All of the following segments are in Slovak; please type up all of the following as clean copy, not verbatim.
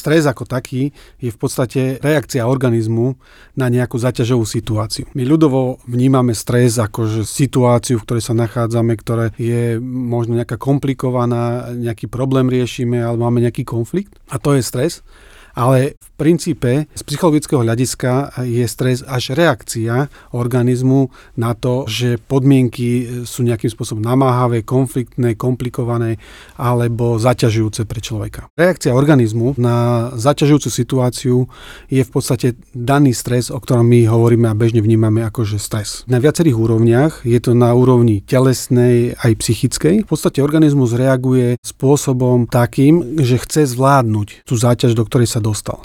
Stres ako taký je v podstate reakcia organizmu na nejakú zaťažovú situáciu. My ľudovo vnímame stres ako že situáciu, v ktorej sa nachádzame, ktorá je možno nejaká komplikovaná, nejaký problém riešime alebo máme nejaký konflikt a to je stres. Ale v princípe z psychologického hľadiska je stres až reakcia organizmu na to, že podmienky sú nejakým spôsobom namáhavé, konfliktné, komplikované alebo zaťažujúce pre človeka. Reakcia organizmu na zaťažujúcu situáciu je v podstate daný stres, o ktorom my hovoríme a bežne vnímame ako že stres. Na viacerých úrovniach, je to na úrovni telesnej aj psychickej. V podstate organizmus reaguje spôsobom takým, že chce zvládnuť tú záťaž, do ktorej sa dostal.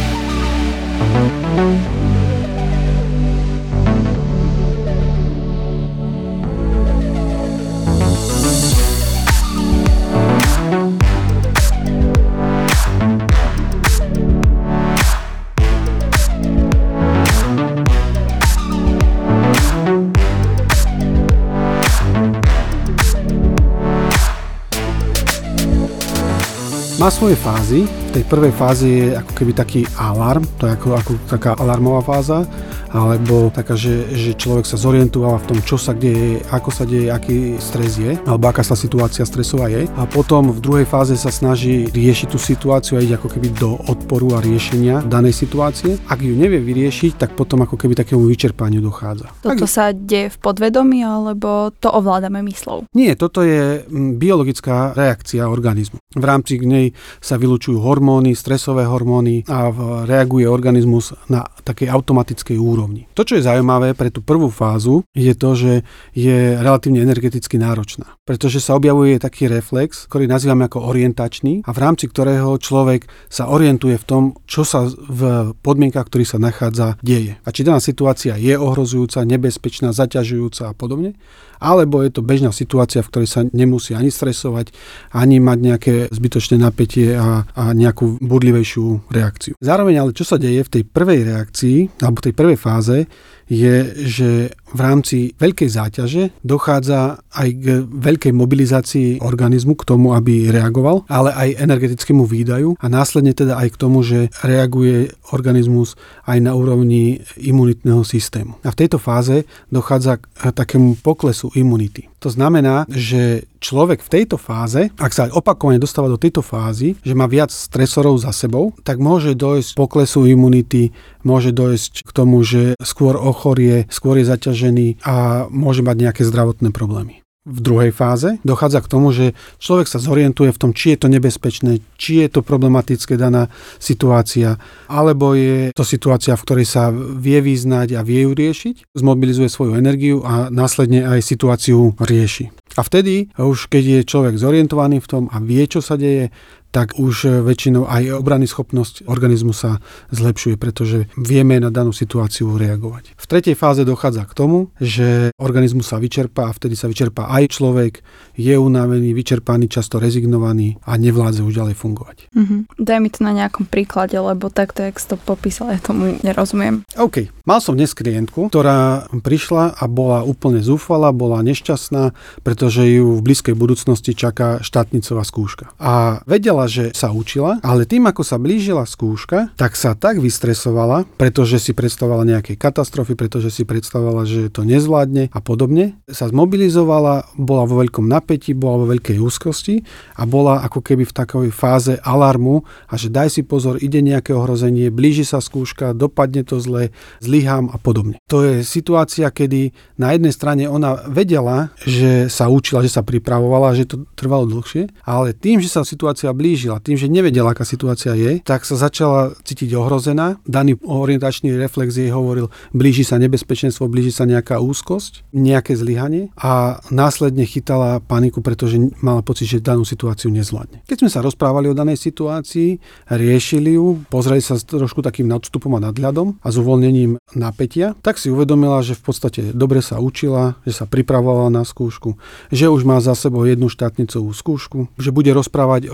Má svoje fázy. V tej prvej fáze je ako keby taký alarm, to je ako taká alarmová fáza, alebo taká, že človek sa zorientoval v tom, čo sa deje, ako sa deje, aký stres je, alebo aká sa situácia stresová je. A potom v druhej fáze sa snaží riešiť tú situáciu a ide ako keby do odporu a riešenia danej situácie. Ak ju nevie vyriešiť, tak potom ako keby takému vyčerpaniu dochádza. Toto sa deje v podvedomí, alebo to ovládame myslou? Nie, toto je biologická reakcia organizmu. V rámci nej sa vylučujú hormóny, stresové hormóny a reaguje organizmus na takej automatickej úrovni. To, čo je zaujímavé pre tú prvú fázu, je to, že je relatívne energeticky náročná. Pretože sa objavuje taký reflex, ktorý nazývame ako orientačný a v rámci ktorého človek sa orientuje v tom, čo sa v podmienkach, ktorých sa nachádza, deje. A či daná situácia je ohrozujúca, nebezpečná, zaťažujúca a podobne, alebo je to bežná situácia, v ktorej sa nemusí ani stresovať, ani mať nejaké zbytočné napätie a nejakú burlivejšiu reakciu. Zároveň ale čo sa deje v tej prvej reakcii, alebo v tej prvej fáze, je, že v rámci veľkej záťaže dochádza aj k veľkej mobilizácii organizmu k tomu, aby reagoval, ale aj energetickému výdaju a následne teda aj k tomu, že reaguje organizmus aj na úrovni imunitného systému. A v tejto fáze dochádza k takému poklesu imunity. To znamená, že človek v tejto fáze, ak sa opakovane dostáva do tejto fázy, že má viac stresorov za sebou, tak môže dojsť k poklesu imunity, môže dojsť k tomu, že skôr ochorie, skôr je zaťažený a môže mať nejaké zdravotné problémy. V druhej fáze dochádza k tomu, že človek sa zorientuje v tom, či je to nebezpečné, či je to problematické daná situácia, alebo je to situácia, v ktorej sa vie vyznať a vie ju riešiť, zmobilizuje svoju energiu a následne aj situáciu rieši. A vtedy, už keď je človek zorientovaný v tom a vie, čo sa deje, tak už väčšinou aj obranný schopnosť organizmu sa zlepšuje, pretože vieme na danú situáciu reagovať. V tretej fáze dochádza k tomu, že organizmus sa vyčerpá a vtedy sa vyčerpá aj človek, je unavený, vyčerpaný, často rezignovaný a nevládze už ďalej fungovať. Daj mi to na nejakom príklade, lebo takto, jak si to popísal, ja tomu nerozumiem. OK. Mal som dnes klientku, ktorá prišla a bola úplne zúfalá, bola nešťastná, pretože ju v blízkej budúcnosti čaká štátnicová skúška. A vedela, že sa učila, ale tým, ako sa blížila skúška, tak sa tak vystresovala, pretože si predstavovala nejaké katastrofy, pretože si predstavovala, že to nezvládne a podobne. Sa zmobilizovala, bola vo veľkom napätí, bola vo veľkej úzkosti a bola ako keby v takej fáze alarmu a že daj si pozor, ide nejaké ohrozenie, blíži sa skúška, dopadne to zle, zlyhám a podobne. To je situácia, kedy na jednej strane ona vedela, že sa učila, že sa pripravovala, že to trvalo dlhšie, ale tým, že sa situácia blížila, tým, že nevedela, aká situácia je, tak sa začala cítiť ohrozená. Daný orientačný reflex jej hovoril, blíži sa nebezpečenstvo, blíži sa nejaká úzkosť, nejaké zlyhanie a následne chytala paniku, pretože mala pocit, že danú situáciu nezvládne. Keď sme sa rozprávali o danej situácii, riešili ju, pozreli sa trošku takým nadstupom a nadhľadom a s uvoľnením napätia, tak si uvedomila, že v podstate dobre sa učila, že sa pripravovala na skúšku, že už má za sebou jednu štátnicovú skúšku, že bude rozprávať o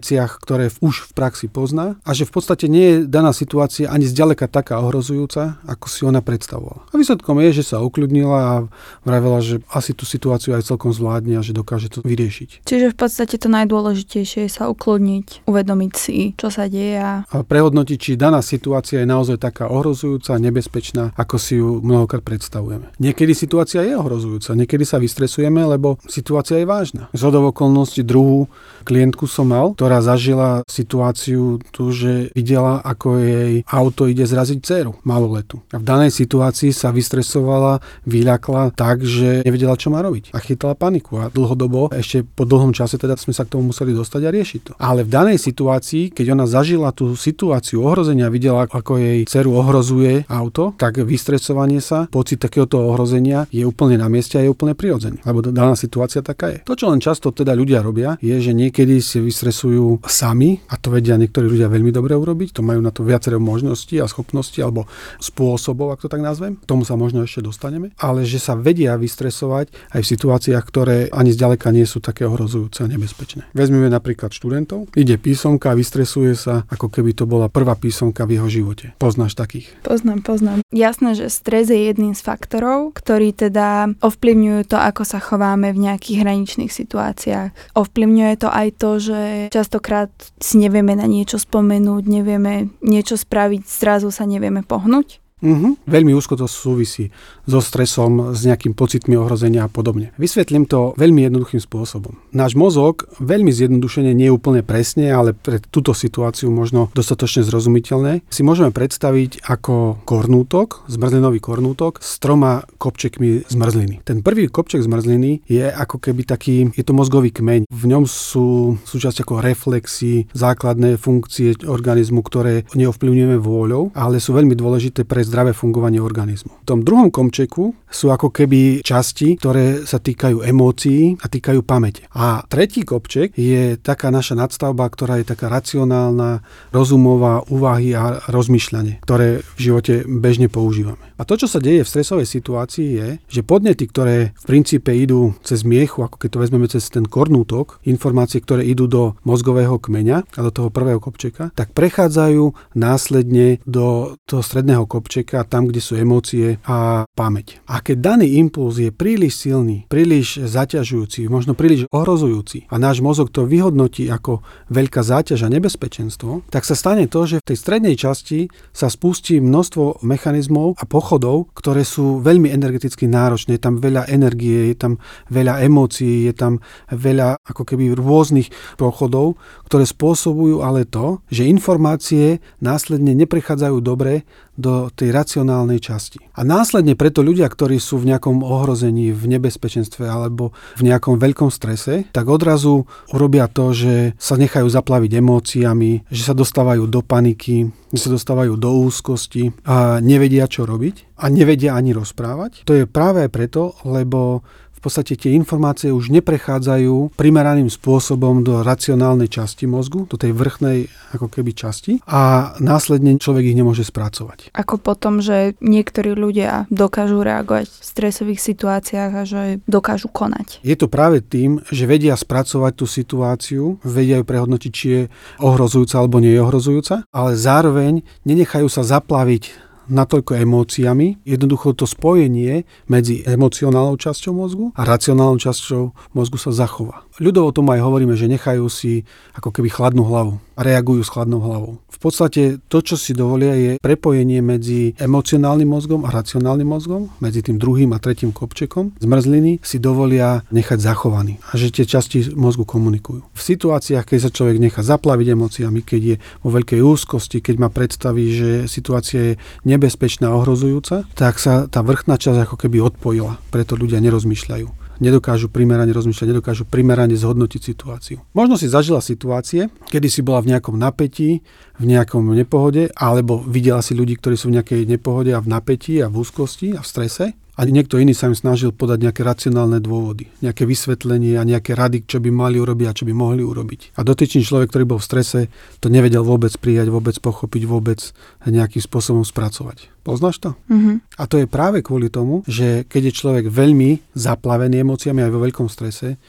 veciach, ktoré už v praxi pozná a že v podstate nie je daná situácia ani zďaleka taká ohrozujúca, ako si ona predstavovala. A výsledkom je, že sa ukľudnila a vravela, že asi tú situáciu aj celkom zvládne a že dokáže to vyriešiť. Čiže v podstate to najdôležitejšie je sa ukludniť, uvedomiť si, čo sa deje a prehodnotiť, či daná situácia je naozaj taká ohrozujúca, nebezpečná, ako si ju mnohokrát predstavujeme. Niekedy situácia je ohrozujúca, niekedy sa vystresujeme, lebo situácia je vážna. Zhodou okolností druhú klientku som mal, ktorá zažila situáciu tu, že videla, ako jej auto ide zraziť dcéru maloletu. A v danej situácii sa vystresovala, vyľakla tak, že nevedela, čo má robiť. A chytala paniku. A dlhodobo, ešte po dlhom čase teda sme sa k tomu museli dostať a riešiť to. Ale v danej situácii, keď ona zažila tú situáciu ohrozenia, videla, ako jej dceru ohrozuje auto, tak vystresovanie sa, pocit takéhoto ohrozenia je úplne na mieste a je úplne prirodzený. Lebo daná situácia taká je. To, čo len často teda ľudia robia, je, že niekedy si vystresujú sami, a to vedia niektorí ľudia veľmi dobre urobiť, to majú na to viacero možností a schopností alebo spôsobov, ak to tak nazvem. K tomu sa možno ešte dostaneme, ale že sa vedia vystresovať aj v situáciách, ktoré ani zďaleka nie sú také ohrozujúce a nebezpečné. Vezmeme napríklad študentov, ide písomka a vystresuje sa, ako keby to bola prvá písomka v jeho živote. Poznáš takých? Poznám. Jasné, že stres je jedným z faktorov, ktorý teda ovplyvňujú to, ako sa chováme v nejakých hraničných situáciách. Ovplyvňuje to aj to, že častokrát si nevieme na niečo spomenúť, nevieme niečo spraviť, zrazu sa nevieme pohnúť. Veľmi úzko to súvisí so stresom, s nejakým pocitmi ohrozenia a podobne. Vysvetlím to veľmi jednoduchým spôsobom. Náš mozog, veľmi zjednodušene, nie úplne presne, ale pre túto situáciu možno dostatočne zrozumiteľné, si môžeme predstaviť ako kornútok, zmrzlinový kornútok s 3 kopčekmi zmrzliny. Ten prvý kopček zmrzliny je ako keby taký, je to mozgový kmeň. V ňom sú súčasť ako reflexy, základné funkcie organizmu, ktoré neovplyvňujeme vôľou, ale sú veľmi dôležité pre zdravé fungovanie organizmu. V tom druhom komčeku sú ako keby časti, ktoré sa týkajú emócií a týkajú pamäte. A tretí kopček je taká naša nadstavba, ktorá je taká racionálna, rozumová, úvahy a rozmýšľanie, ktoré v živote bežne používame. A to, čo sa deje v stresovej situácii, je, že podnety, ktoré v princípe idú cez miechu, ako keď to vezmeme cez ten kornútok, informácie, ktoré idú do mozgového kmeňa a do toho prvého kopčeka, tak prechádzajú následne do toho stredného kopčeka, tam, kde sú emócie a pamäť. A keď daný impuls je príliš silný, príliš zaťažujúci, možno príliš ohrozujúci a náš mozog to vyhodnotí ako veľká záťaž a nebezpečenstvo, tak sa stane to, že v tej strednej časti sa spustí množstvo mechanizmov a pochodov, ktoré sú veľmi energeticky náročné. Je tam veľa energie, je tam veľa emócií, je tam veľa ako keby rôznych pochodov, ktoré spôsobujú ale to, že informácie následne neprechádzajú dobre do tej racionálnej časti. A následne preto ľudia, ktorí sú v nejakom ohrození, v nebezpečenstve alebo v nejakom veľkom strese, tak odrazu urobia to, že sa nechajú zaplaviť emóciami, že sa dostávajú do paniky, že sa dostávajú do úzkosti a nevedia, čo robiť a nevedia ani rozprávať. To je práve preto, lebo v podstate tie informácie už neprechádzajú primeraným spôsobom do racionálnej časti mozgu, do tej vrchnej ako keby časti a následne človek ich nemôže spracovať. Ako potom, že niektorí ľudia dokážu reagovať v stresových situáciách a že dokážu konať. Je to práve tým, že vedia spracovať tú situáciu, vedia ju prehodnotiť, či je ohrozujúca alebo nie je ohrozujúca, ale zároveň nenechajú sa zaplaviť natoľko emóciami. Jednoducho to spojenie medzi emocionálnou časťou mozgu a racionálnou časťou mozgu sa zachová. Ľudovo tomu aj hovoríme, že nechajú si ako keby chladnú hlavu a reagujú s chladnou hlavou. V podstate to, čo si dovolia, je prepojenie medzi emocionálnym mozgom a racionálnym mozgom, medzi tým druhým a tretím kopčekom zmrzliny si dovolia nechať zachovaný a že tie časti mozgu komunikujú. V situáciách, keď sa človek nechá zaplaviť emóciami, keď je vo veľkej úzkosti, keď má predstavy, že situácia je nebezpečná a ohrozujúca, tak sa tá vrchná časť ako keby odpojila. Preto ľudia nerozmýšľajú. Nedokážu primerane rozmýšľať, nedokážu primerane zhodnotiť situáciu. Možno si zažila situácie, kedy si bola v nejakom napätí, v nejakom nepohode, alebo videla si ľudí, ktorí sú v nejakej nepohode a v napätí a v úzkosti a v strese. A niekto iný sa im snažil podať nejaké racionálne dôvody, nejaké vysvetlenie a nejaké rady, čo by mali urobiť a čo by mohli urobiť. A dotyčný človek, ktorý bol v strese, to nevedel vôbec prijať, vôbec pochopiť, vôbec nejakým spôsobom spracovať. Poznáš to? A to je práve kvôli tomu, že keď je človek veľmi zaplavený emóciami aj vo veľkom strese,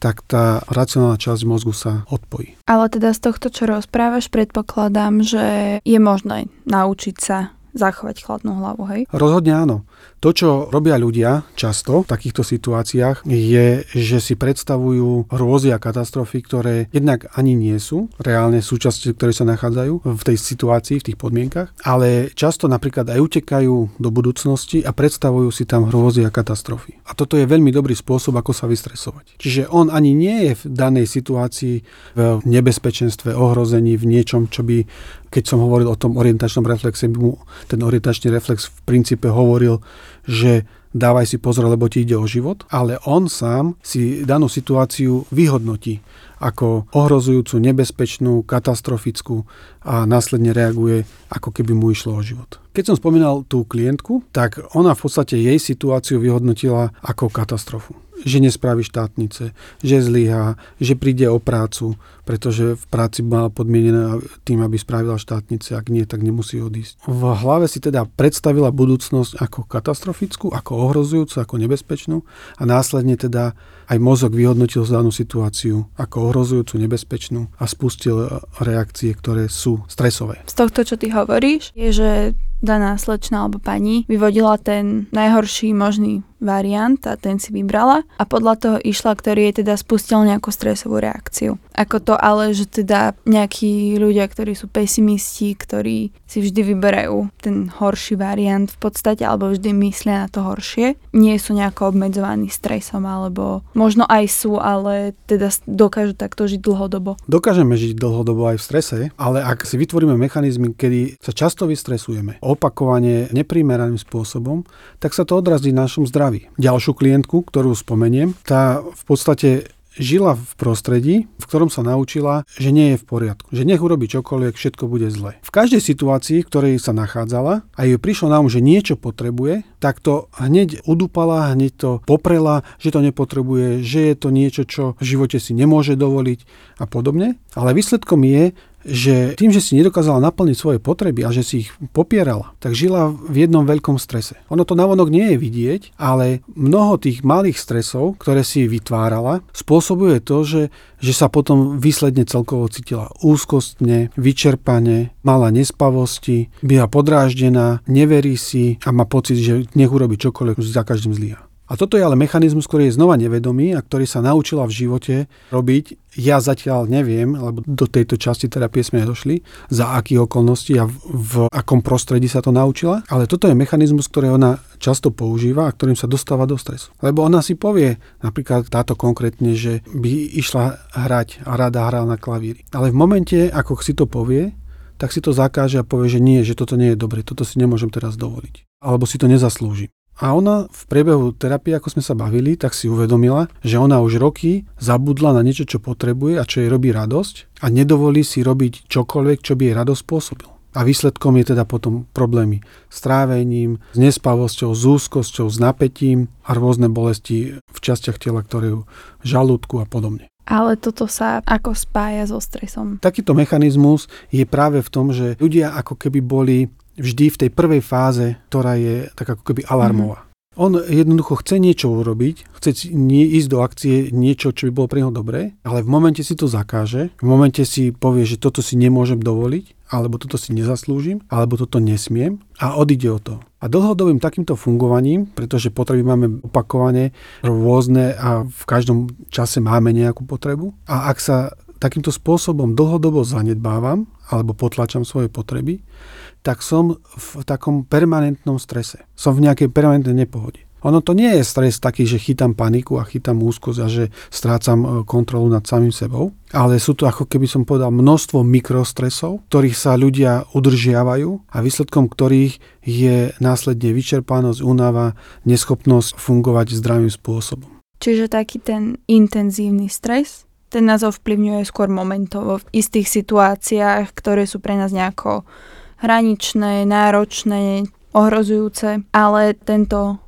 tak tá racionálna časť mozgu sa odpojí. Ale teda z tohto, čo rozprávaš, predpokladám, že je možné naučiť sa zachovať chladnú hlavu, hej? Rozhodne áno. To, čo robia ľudia často v takýchto situáciách, je, že si predstavujú hrôzy a katastrofy, ktoré jednak ani nie sú reálne súčasti, ktoré sa nachádzajú v tej situácii, v tých podmienkach, ale často napríklad aj utekajú do budúcnosti a predstavujú si tam hrôzy a katastrofy. A toto je veľmi dobrý spôsob, ako sa vystresovať. Čiže on ani nie je v danej situácii v nebezpečenstve, ohrození, v niečom, čo by, keď som hovoril o tom orientačnom reflexe, by mu ten orientačný reflex v princípe hovoril, že dávaj si pozor, lebo ti ide o život, ale on sám si danú situáciu vyhodnotí ako ohrozujúcu, nebezpečnú, katastrofickú a následne reaguje, ako keby mu išlo o život. Keď som spomínal tú klientku, tak ona v podstate jej situáciu vyhodnotila ako katastrofu. Že nespraví štátnice, že zlyhá, že príde o prácu, pretože v práci mala podmienená tým, aby spravila štátnice, ak nie, tak nemusí odísť. V hlave si teda predstavila budúcnosť ako katastrofickú, ako ohrozujúcu, ako nebezpečnú a následne teda aj mozog vyhodnotil danú situáciu ako ohrozujúcu, nebezpečnú a spustil reakcie, ktoré sú stresové. Z tohto, čo ty hovoríš, je, že daná slečna alebo pani vyvodila ten najhorší možný variant a ten si vybrala a podľa toho išla, ktorý jej teda spustil nejakú stresovú reakciu. Ako to ale, že teda nejakí ľudia, ktorí sú pesimisti, ktorí si vždy vyberajú ten horší variant v podstate alebo vždy myslia na to horšie, nie sú nejako obmedzovaní stresom alebo možno aj sú, ale teda dokážu takto žiť dlhodobo. Dokážeme žiť dlhodobo aj v strese, ale ak si vytvoríme mechanizmy, kedy sa často vystresujeme, opakovane neprimeraným spôsobom, tak sa to odrazí v našom zdraví. Ďalšiu klientku, ktorú spomeniem, tá v podstate žila v prostredí, v ktorom sa naučila, že nie je v poriadku. Že nech urobí čokoľvek, všetko bude zle. V každej situácii, v ktorej sa nachádzala a jej prišlo na že niečo potrebuje, tak to hneď udúpala, hneď to poprela, že to nepotrebuje, že je to niečo, čo v živote si nemôže dovoliť a podobne. Ale výsledkom je, že tým, že si nedokázala naplniť svoje potreby a že si ich popierala, tak žila v jednom veľkom strese. Ono to navonok nie je vidieť, ale mnoho tých malých stresov, ktoré si vytvárala, spôsobuje to, že sa potom výsledne celkovo cítila úzkostne, vyčerpane, mala nespavosti, byla podráždená, neverí si a má pocit, že nech urobí čokoľvek, už za každým zlyhá. A toto je ale mechanizmus, ktorý je znova nevedomý a ktorý sa naučila v živote robiť. Ja zatiaľ neviem, lebo do tejto časti terapie sme nedošli, za akých okolností a v akom prostredí sa to naučila. Ale toto je mechanizmus, ktorý ona často používa a ktorým sa dostáva do stresu. Lebo ona si povie, napríklad táto konkrétne, že by išla hrať a rada hrala na klavíri. Ale v momente, ako si to povie, tak si to zakáže a povie, že nie, že toto nie je dobre, toto si nemôžem teraz dovoliť. Alebo si to nezaslúži. A ona v priebehu terapie, ako sme sa bavili, tak si uvedomila, že ona už roky zabudla na niečo, čo potrebuje a čo jej robí radosť a nedovolí si robiť čokoľvek, čo by jej radosť spôsobil. A výsledkom je teda potom problémy s trávením, s nespavosťou, s úzkosťou, s napätím a rôzne bolesti v častiach tela, ktoré ju žalúdku a podobne. Ale toto sa ako spája so stresom? Takýto mechanizmus je práve v tom, že ľudia ako keby boli vždy v tej prvej fáze, ktorá je tak ako keby alarmová. On jednoducho chce niečo urobiť, chce ísť do akcie niečo, čo by bolo pre neho dobré, ale v momente si to zakáže, v momente si povie, že toto si nemôžem dovoliť, alebo toto si nezaslúžim, alebo toto nesmiem a odíde od toho. A dlhodobým takýmto fungovaním, pretože potreby máme opakovane rôzne a v každom čase máme nejakú potrebu a ak sa takýmto spôsobom dlhodobo zanedbávam alebo potlačam svoje potreby, tak som v takom permanentnom strese. Som v nejakej permanentnej nepohode. Ono to nie je stres taký, že chytám paniku a chytám úzkosť a že strácam kontrolu nad samým sebou, ale sú to, ako keby som povedal, množstvo mikrostresov, ktorých sa ľudia udržiavajú a výsledkom ktorých je následne vyčerpanosť, únava, neschopnosť fungovať zdravým spôsobom. Čiže taký ten intenzívny stres, ten nás ovplyvňuje skôr momentovo v istých situáciách, ktoré sú pre nás nejako hraničné, náročné, ohrozujúce, ale tento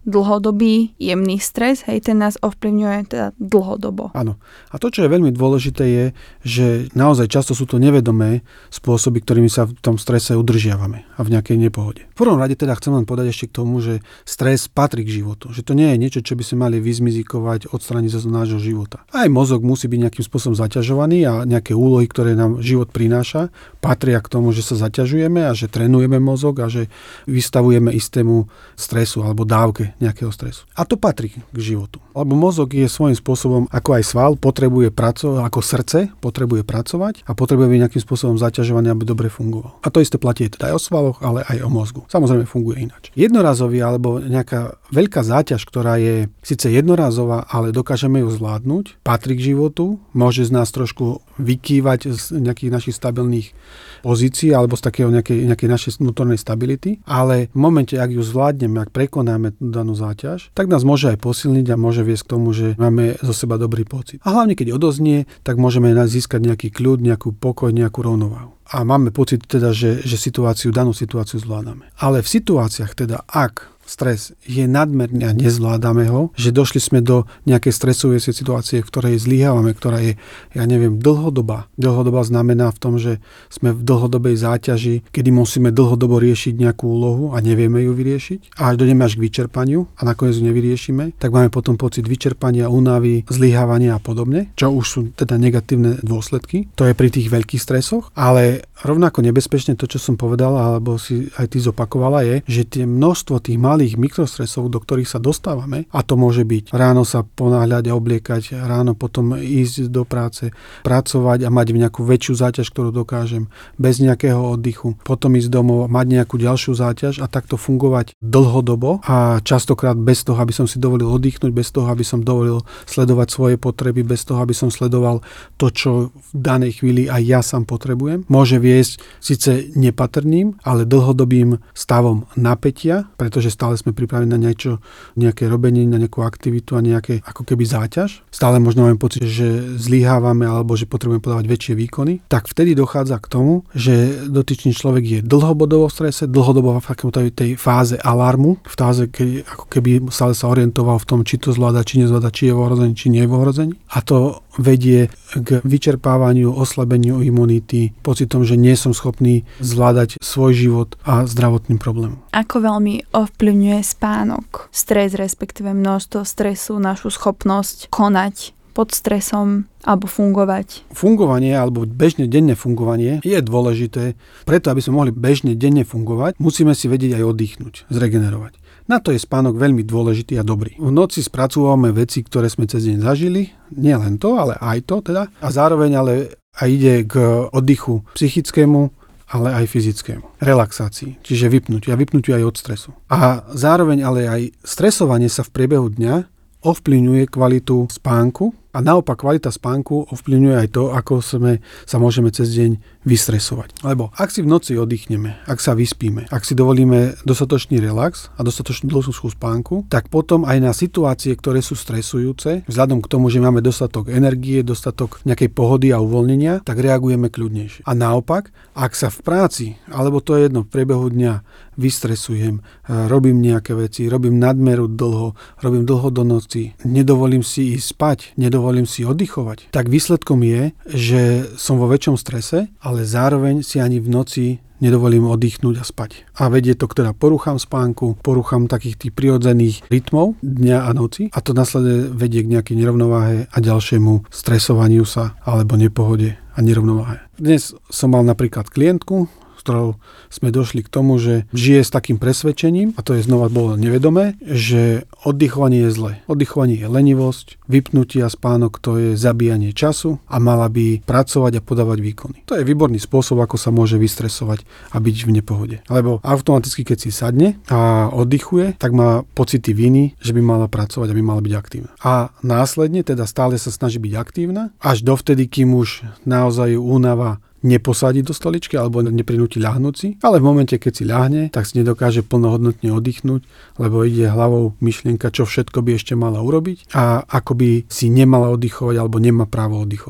dlhodobý jemný stres, hej, ten nás ovplyvňuje teda dlhodobo. Áno. A to, čo je veľmi dôležité, je, že naozaj často sú to nevedomé spôsoby, ktorými sa v tom strese udržiavame a v nejakej nepohode. V prvom rade teda chcem len povedať ešte k tomu, že stres patrí k životu. Že to nie je niečo, čo by sme mali vyzmizikovať, odstrániť zo nášho života. Aj mozog musí byť nejakým spôsobom zaťažovaný a nejaké úlohy, ktoré nám život prináša, patria k tomu, že sa zaťažujeme a že trénujeme mozog a že vystavujeme istému stresu alebo dávke nejakého stresu. A to patrí k životu. Lebo mozog je svojím spôsobom, ako aj sval, potrebuje pracovať, ako srdce potrebuje pracovať a potrebuje byť nejakým spôsobom zaťažovaný, aby dobre fungoval. A to isté platí teda aj o svaloch, ale aj o mozgu. Samozrejme funguje ináč. Jednorazový alebo nejaká veľká záťaž, ktorá je síce jednorazová, ale dokážeme ju zvládnuť, patrí k životu, môže z nás trošku vykývať z nejakých našich stabilných pozícií alebo z takého nejakej našej vnútornej stability, ale v momente, ak ju zvládneme, ak prekonáme danú záťaž, tak nás môže aj posilniť a môže viesť k tomu, že máme zo seba dobrý pocit. A hlavne, keď odoznie, tak môžeme získať nejaký kľud, nejakú pokoj, nejakú rovnováhu. A máme pocit teda, že danú situáciu zvládame. Ale v situáciách teda, ak stres je nadmerný a nezvládame ho, že došli sme do nejakej stresovej situácie, v ktorej zlyhávame, ktorá je, dlhodobá. Dlhodobá znamená v tom, že sme v dlhodobej záťaži, kedy musíme dlhodobo riešiť nejakú úlohu a nevieme ju vyriešiť a dojdeme až k vyčerpaniu a nakoniec ju nevyriešime, tak máme potom pocit vyčerpania, únavy, zlyhávania a podobne, čo už sú teda negatívne dôsledky. To je pri tých veľkých stresoch, ale rovnako nebezpečné to, čo som povedala, alebo si aj ty zopakovala, je, že tie množstvo tých malých mikrostresov, do ktorých sa dostávame, a to môže byť ráno sa ponáhľať a obliekať, ráno potom ísť do práce, pracovať a mať nejakú väčšiu záťaž, ktorú dokážem, bez nejakého oddychu, potom ísť domov, mať nejakú ďalšiu záťaž a takto fungovať dlhodobo a častokrát bez toho, aby som si dovolil oddychnúť, bez toho, aby som dovolil sledovať svoje potreby, bez toho, aby som sledoval to, čo v danej chvíli aj ja sám potrebujem, môže viesť síce nepatrným, ale dlhodobým stavom napätia, pretože stále sme pripravení na nejaké robenie, na nejakú aktivitu a nejaké ako keby záťaž. Stále možno máme pocit, že zlyhávame alebo že potrebujeme podávať väčšie výkony. Tak vtedy dochádza k tomu, že dotyčný človek je dlhodobo v strese, dlhodobo v tej fáze alarmu, v fáze, keď ako keby stále sa orientoval v tom, či to zvláda, či nezvláda, či je v ohrození, či nie je v ohrození. A to vedie k vyčerpávaniu, oslabeniu imunity, pocitom, že nie som schopný zvládať svoj život a zdravotným problémom. Ako veľmi ovplyvňuje spánok, stres, respektíve množstvo stresu, našu schopnosť konať pod stresom alebo fungovať? Fungovanie alebo bežne denné fungovanie je dôležité. Preto, aby sme mohli bežne denne fungovať, musíme si vedieť aj oddychnúť, zregenerovať. Na to je spánok veľmi dôležitý a dobrý. V noci spracúvame veci, ktoré sme cez deň zažili, nie len to, ale aj to teda. A zároveň ale aj ide k oddychu psychickému, ale aj fyzickému. Relaxácii, čiže vypnutiu aj od stresu. A zároveň ale aj stresovanie sa v priebehu dňa ovplyvňuje kvalitu spánku a naopak kvalita spánku ovplyvňuje aj to, ako sa môžeme cez deň vystresovať. Lebo ak si v noci oddychneme, ak sa vyspíme, ak si dovolíme dostatočný relax a dostatočnú dlhú spánku, tak potom aj na situácie, ktoré sú stresujúce, vzhľadom k tomu, že máme dostatok energie, dostatok nejakej pohody a uvoľnenia, tak reagujeme kľudnejšie. A naopak, ak sa v práci, alebo to je jedno, v priebehu dňa vystresujem, robím nejaké veci, robím nadmeru dlho, robím dlho do noci, nedovolím si ísť spať, nedovolím si oddychovať, tak výsledkom je, že som vo väčšom strese, ale zároveň si ani v noci nedovolím oddychnúť a spať. A vedie to k teda poruchám spánku, poruchám takých tých prirodzených rytmov dňa a noci a to následne vedie k nejakej nerovnováhe a ďalšiemu stresovaniu sa alebo nepohode a nerovnováhe. Dnes som mal napríklad klientku, ktorou sme došli k tomu, že žije s takým presvedčením, a to je znova bolo nevedomé, že oddychovanie je zlé. Oddychovanie je lenivosť, vypnutie a spánok to je zabíjanie času a mala by pracovať a podávať výkony. To je výborný spôsob, ako sa môže vystresovať a byť v nepohode. Lebo automaticky, keď si sadne a oddychuje, tak má pocity viny, že by mala pracovať a by mala byť aktívna. A následne teda stále sa snaží byť aktívna, až dovtedy, kým už naozaj únava neposadí do stoličky alebo neprinúti ľahnúť si, ale v momente, keď si ľahne, tak si nedokáže plnohodnotne oddychnúť, lebo ide hlavou myšlienka, čo všetko by ešte mala urobiť a ako by si nemala oddychovať alebo nemá právo oddychovať.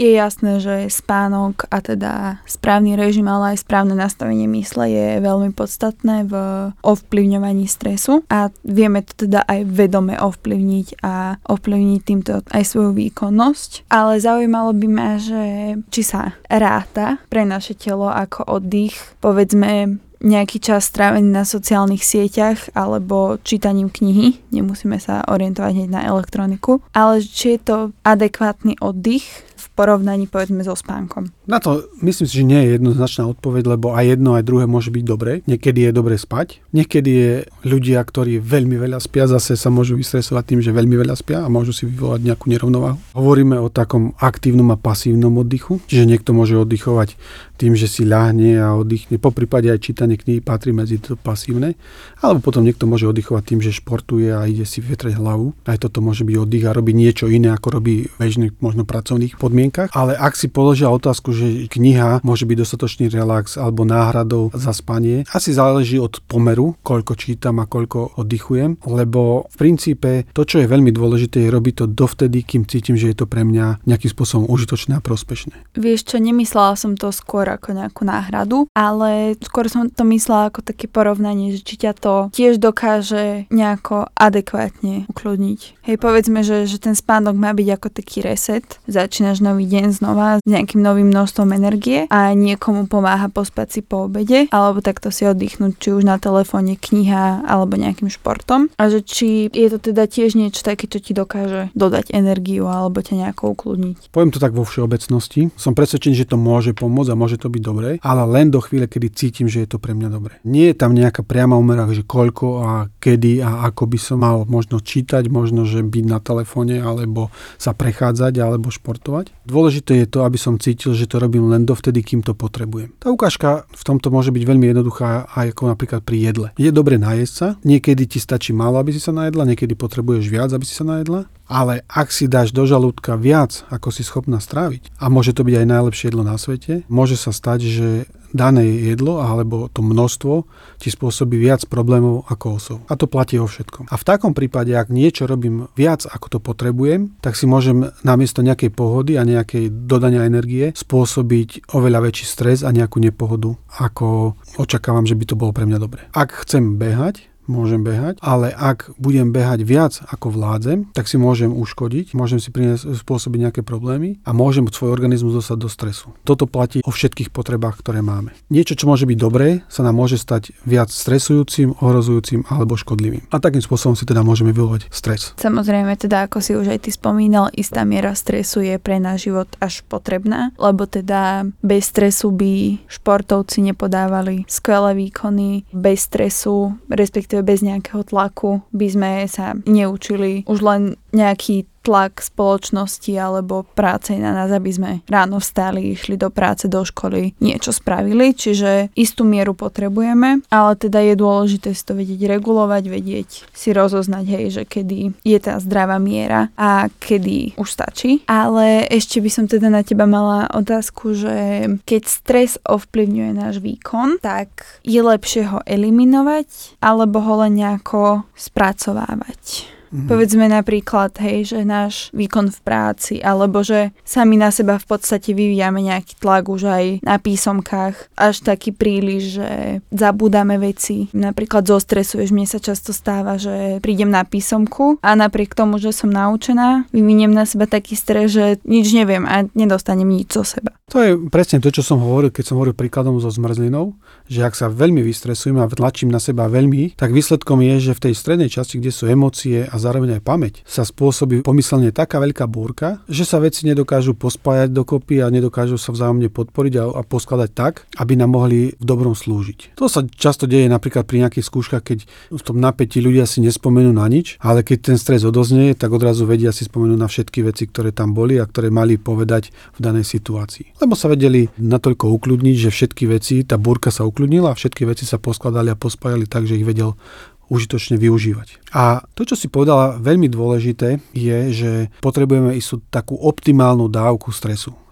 je jasné, že spánok a teda správny režim, ale aj správne nastavenie mysle je veľmi podstatné v ovplyvňovaní stresu a vieme to teda aj vedome ovplyvniť a ovplyvniť týmto aj svoju výkonnosť. Ale zaujímalo by ma, že či sa ráta pre naše telo ako oddych, povedzme nejaký čas strávený na sociálnych sieťach alebo čítaním knihy, nemusíme sa orientovať hneď na elektroniku, ale či je to adekvátny oddych v porovnaní povedzme so spánkom. Na to myslím si, že nie je jednoznačná odpoveď, lebo aj jedno, aj druhé môže byť dobré. Niekedy je dobre spať, niekedy je ľudia, ktorí veľmi veľa spia, zase sa môžu vystresovať tým, že veľmi veľa spia a môžu si vyvolať nejakú nerovnováhu. Hovoríme o takom aktívnom a pasívnom oddychu, čiže niekto môže oddychovať tým, že si ľahne a oddychne. Poprípade aj čítanie knihy patrí medzi to pasívne, alebo potom niekto môže oddychovať tým, že športuje a ide si vyvetrať hlavu. Aj toto môže byť oddych a robí niečo iné, ako robí v bežných možno pracovných podmienkach. Ale ak si položia otázku, že kniha môže byť dostatočný relax alebo náhradou za spanie, asi záleží od pomeru, koľko čítam a koľko oddychujem, lebo v princípe to, čo je veľmi dôležité, je robiť to dovtedy, kým cítim, že je to pre mňa nejakým spôsobom užitočné a prospešné. Vieš čo, nemyslela som to skôr ako nejakú náhradu, ale skôr som to myslela ako také porovnanie, že či ťa to tiež dokáže nejako adekvátne ukludniť. Hej, povedzme, že ten spánok má byť ako taký reset, začínaš nový deň znova s nejakým novým množstvom energie a niekomu pomáha pospať si po obede, alebo takto si oddychnúť, či už na telefóne, kniha alebo nejakým športom. A že či je to teda tiež niečo také, čo ti dokáže dodať energiu alebo ťa nejako ukludniť. Poviem to tak vo všeobecnosti. Som presvedčený, že to môže pomôcť a môže to byť dobré, ale len do chvíle, kedy cítim, že je to pre mňa dobré. Nie je tam nejaká priama úmera, že koľko a kedy a ako by som mal možno čítať, možno že byť na telefóne alebo sa prechádzať alebo športovať. Dôležité je to, aby som cítil, že to robím len dovtedy, kým to potrebujem. Tá ukážka v tomto môže byť veľmi jednoduchá, aj ako napríklad pri jedle. Je dobre najesť sa, niekedy ti stačí málo, aby si sa najedla, niekedy potrebuješ viac, aby si sa najedla. Ale ak si dáš do žalúdka viac, ako si schopná stráviť, a môže to byť aj najlepšie jedlo na svete, môže sa stať, že dané jedlo alebo to množstvo ti spôsobí viac problémov ako osov. A to platí o všetkom. A v takom prípade, ak niečo robím viac, ako to potrebujem, tak si môžem namiesto nejakej pohody a nejakej dodania energie spôsobiť oveľa väčší stres a nejakú nepohodu, ako očakávam, že by to bolo pre mňa dobre. Ak chcem behať, môžem behať, ale ak budem behať viac ako vládzem, tak si môžem uškodiť, môžem si spôsobiť nejaké problémy a môžem svoj organizmus dostať do stresu. Toto platí o všetkých potrebách, ktoré máme. Niečo, čo môže byť dobré, sa nám môže stať viac stresujúcim, ohrozujúcim alebo škodlivým. A takým spôsobom si teda môžeme vyvolať stres. Samozrejme, teda ako si už aj ty spomínal, istá miera stresu je pre náš život až potrebná, lebo teda bez stresu by športovci nepodávali skvelé výkony, bez stresu, respektíve bez nejakého tlaku by sme sa neučili už len nejaký tlak spoločnosti alebo práce na nás, aby sme ráno vstali, išli do práce, do školy, niečo spravili, čiže istú mieru potrebujeme, ale teda je dôležité si to vedieť regulovať, vedieť si rozoznať, hej, že kedy je tá zdravá miera a kedy už stačí. Ale ešte by som teda na teba mala otázku, že keď stres ovplyvňuje náš výkon, tak je lepšie ho eliminovať alebo ho len nejako spracovávať. Povedzme napríklad, hej, že náš výkon v práci, alebo že sami na seba v podstate vyvíjame nejaký tlak už aj na písomkách, až taký príliš, že zabúdame veci. Napríklad zo stresu, mne sa často stáva, že prídem na písomku a napriek tomu, že som naučená, vyviniem na seba taký stres, že nič neviem a nedostanem nič zo seba. To je presne to, čo som hovoril, keď som hovoril príkladom so zmrzlinou, že ak sa veľmi vystresujem a tlačím na seba veľmi, tak výsledkom je, že v tej strednej časti, kde sú emócie a zároveň aj pamäť, sa spôsobí pomyselne taká veľká búrka, že sa veci nedokážu pospájať dokopy a nedokážu sa vzájomne podporiť a poskladať tak, aby nám mohli v dobrom slúžiť. To sa často deje napríklad pri nejakých skúškach, keď v tom napätí ľudia si nespomenú na nič, ale keď ten stres odoznie, tak odrazu vedia si spomenúť na všetky veci, ktoré tam boli a ktoré mali povedať v danej situácii. Lebo sa vedeli natoľko ukľudniť, že všetky veci, tá búrka sa ukľudnila a všetky veci sa poskladali a pospájali tak, že ich vedel užitočne využívať. A to, čo si povedala, veľmi dôležité je, že potrebujeme istú takú optimálnu dávku stresu. A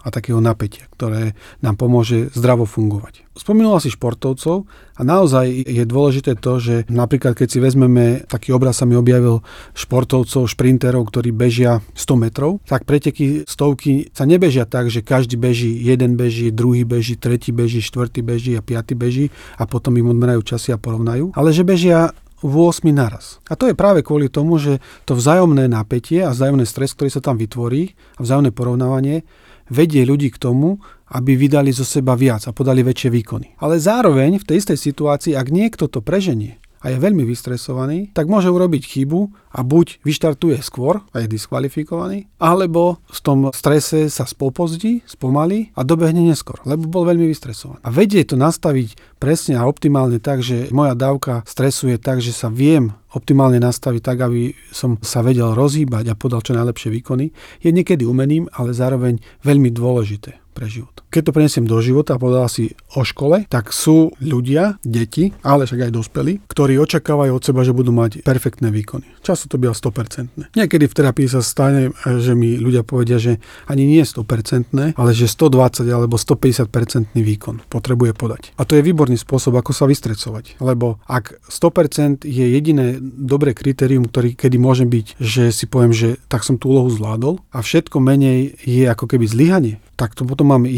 a takého napätia, ktoré nám pomôže zdravo fungovať. Spomínala si športovcov a naozaj je dôležité to, že napríklad keď si vezmeme, taký obraz sa mi objavil športovcov, šprinterov, ktorí bežia 100 metrov, tak preteky stovky sa nebežia tak, že každý beží, jeden beží, druhý beží, tretí beží, štvrtý beží a piaty beží a potom im odmerajú časy a porovnajú, ale že bežia 8 naraz. A to je práve kvôli tomu, že to vzájomné napätie a vzájomný stres, ktorý sa tam vytvorí a vzájomné porovnávanie vedie ľudí k tomu, aby vydali zo seba viac a podali väčšie výkony. Ale zároveň v tej istej situácii, ak niekto to preženie a je veľmi vystresovaný, tak môže urobiť chybu a buď vyštartuje skôr a je diskvalifikovaný, alebo v tom strese sa spopozdí, spomalí a dobehne neskôr, lebo bol veľmi vystresovaný. A vedie to nastaviť presne a optimálne tak, že moja dávka stresu je tak, že sa viem optimálne nastaviť tak, aby som sa vedel rozhýbať a podal čo najlepšie výkony, je niekedy umeným, ale zároveň veľmi dôležité pre život. Keď to prenesiem do života a povedal si o škole, tak sú ľudia, deti, ale však aj dospelí, ktorí očakávajú od seba, že budú mať perfektné výkony. Často to býva 100%. Niekedy v terapii sa stane, že mi ľudia povedia, že ani nie 100%, ale že 120 alebo 150% výkon potrebuje podať. A to je výborný spôsob, ako sa vystresovať, lebo ak 100% je jediné dobré kritérium, kedy môže byť, že si poviem, že tak som tú úlohu zvládol a všetko menej je ako keby zlyhanie, tak to potom mám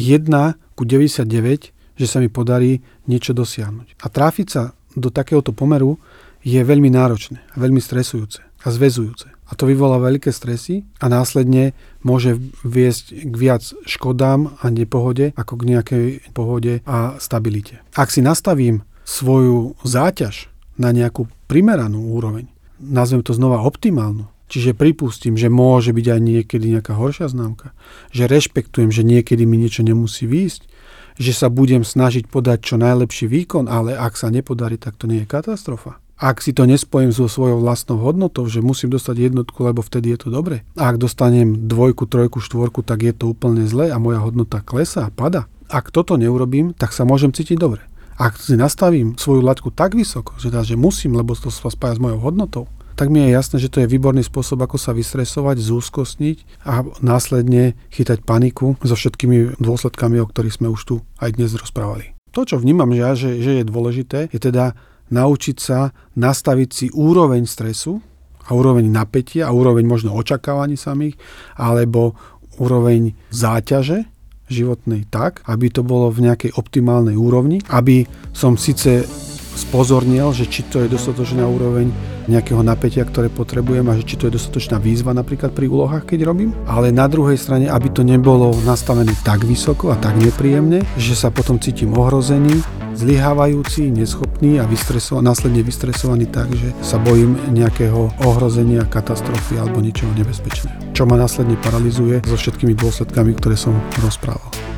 1:99, že sa mi podarí niečo dosiahnuť. A tráfiť sa do takéhoto pomeru je veľmi náročné, veľmi stresujúce a zväzujúce. A to vyvolá veľké stresy a následne môže viesť k viac škodám a nepohode ako k nejakej pohode a stabilite. Ak si nastavím svoju záťaž na nejakú primeranú úroveň, nazvem to znova optimálnu, čiže pripustím, že môže byť aj niekedy nejaká horšia známka, že rešpektujem, že niekedy mi niečo nemusí výjsť, že sa budem snažiť podať čo najlepší výkon, ale ak sa nepodarí, tak to nie je katastrofa. Ak si to nespojím so svojou vlastnou hodnotou, že musím dostať jednotku, lebo vtedy je to dobre. A ak dostanem 2, 3, 4, tak je to úplne zle a moja hodnota klesá a pada. Ak toto neurobím, tak sa môžem cítiť dobre. Ak si nastavím svoju laťku tak vysoko, že musím, lebo to sa spája s mojou hodnotou, tak mi je jasné, že to je výborný spôsob, ako sa vystresovať, zúskostniť a následne chytať paniku so všetkými dôsledkami, o ktorých sme už tu aj dnes rozprávali. To, čo vnímam, že je dôležité, je teda naučiť sa nastaviť si úroveň stresu a úroveň napätia a úroveň možno očakávaní samých alebo úroveň záťaže životnej tak, aby to bolo v nejakej optimálnej úrovni, aby som síce spozornil, že či to je dostatočná úroveň nejakého napätia, ktoré potrebujem a že či to je dostatočná výzva napríklad pri úlohách, keď robím, ale na druhej strane, aby to nebolo nastavené tak vysoko a tak nepríjemne, že sa potom cítim ohrozený, zlyhávajúci, neschopný a následne vystresovaný tak, že sa bojím nejakého ohrozenia, katastrofy alebo niečoho nebezpečného, čo ma následne paralizuje so všetkými dôsledkami, ktoré som rozprával.